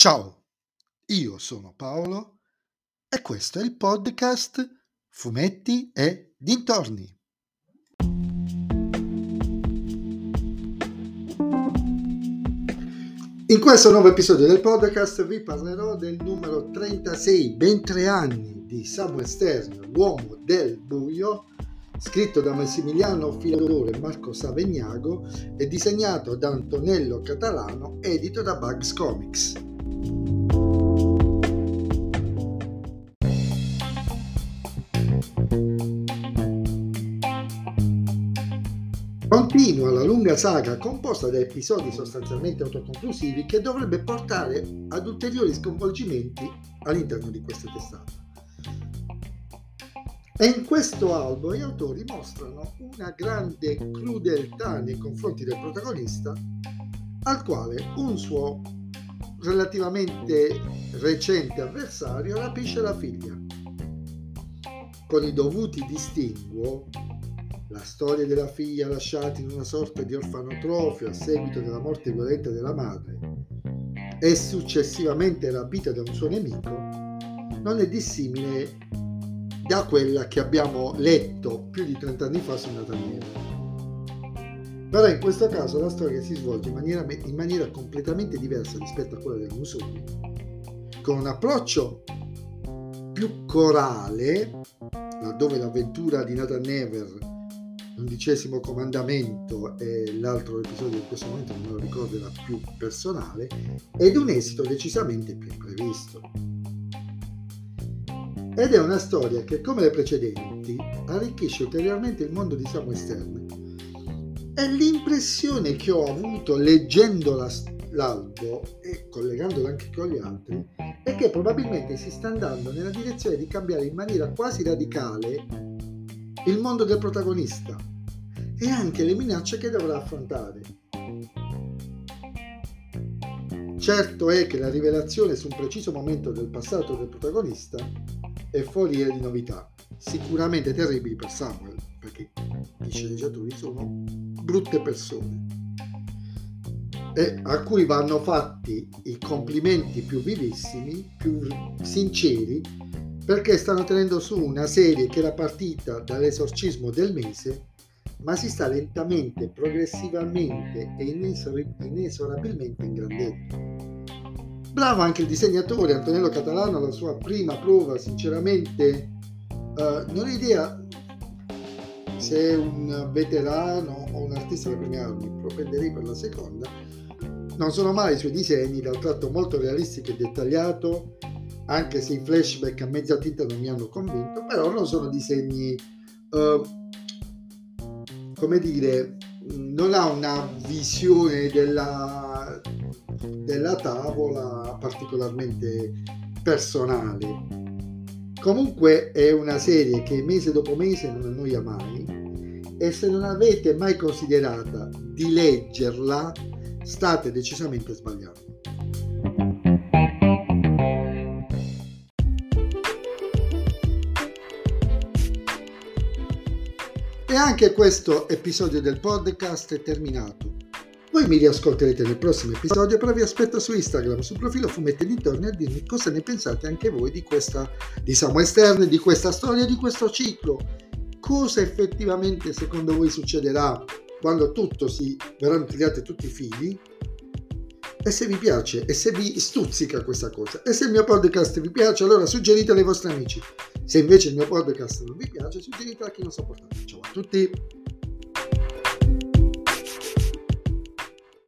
Ciao, io sono Paolo e questo è il podcast Fumetti e Dintorni. In questo nuovo episodio del podcast vi parlerò del numero 36, ben 3 anni, di Samuel Stern, l'uomo del buio, scritto da Massimiliano Filadoro e Marco Savegnago e disegnato da Antonello Catalano, edito da Bugs Comics. Continua la lunga saga composta da episodi sostanzialmente autoconclusivi che dovrebbe portare ad ulteriori sconvolgimenti all'interno di questa testata. E in questo albo gli autori mostrano una grande crudeltà nei confronti del protagonista, al quale un suo relativamente recente avversario rapisce la figlia. Con i dovuti distinguo, la storia della figlia lasciata in una sorta di orfanotrofio a seguito della morte violenta della madre e successivamente rapita da un suo nemico non è dissimile da quella che abbiamo letto più di 30 anni fa su Nathaniel. Però in questo caso la storia si svolge in maniera completamente diversa rispetto a quella del Mussolini, con un approccio più corale, laddove l'avventura di Nathan Never, l'11° comandamento, e l'altro episodio in questo momento non me lo ricordo, era più personale, ed un esito decisamente più imprevisto. Ed è una storia che, come le precedenti, arricchisce ulteriormente il mondo di Samuel Stern. E l'impressione che ho avuto leggendo l'albo e collegandola anche con gli altri è che probabilmente si sta andando nella direzione di cambiare in maniera quasi radicale il mondo del protagonista e anche le minacce che dovrà affrontare. Certo è che la rivelazione su un preciso momento del passato del protagonista è foriera di novità, sicuramente terribili per Samuel, perché i sceneggiatori sono brutte persone e a cui vanno fatti i complimenti più vivissimi, più sinceri, perché stanno tenendo su una serie che era partita dall'esorcismo del mese, ma si sta lentamente, progressivamente e inesorabilmente ingrandendo. Bravo anche il disegnatore Antonello Catalano alla sua prima prova, sinceramente non ho idea se è un veterano o un artista da prime armi, propenderei per la seconda. Non sono male i suoi disegni, dal tratto molto realistico e dettagliato, anche se i flashback a mezza tinta non mi hanno convinto, però non sono disegni, come dire, non ha una visione della tavola particolarmente personale. Comunque è una serie che mese dopo mese non annoia mai, e se non avete mai considerata di leggerla state decisamente sbagliando. E anche questo episodio del podcast è terminato. Voi mi riascolterete nel prossimo episodio, però vi aspetto su Instagram, sul profilo Fumetti e Dintorni, a dirmi cosa ne pensate anche voi di Samuel Stern, di questa storia, di questo ciclo. Cosa effettivamente secondo voi succederà quando verranno tagliati tutti i fili? E se vi piace, e se vi stuzzica questa cosa, e se il mio podcast vi piace, allora suggeritelo ai vostri amici. Se invece il mio podcast non vi piace, suggeritelo a chi non sopportate. Ciao a tutti!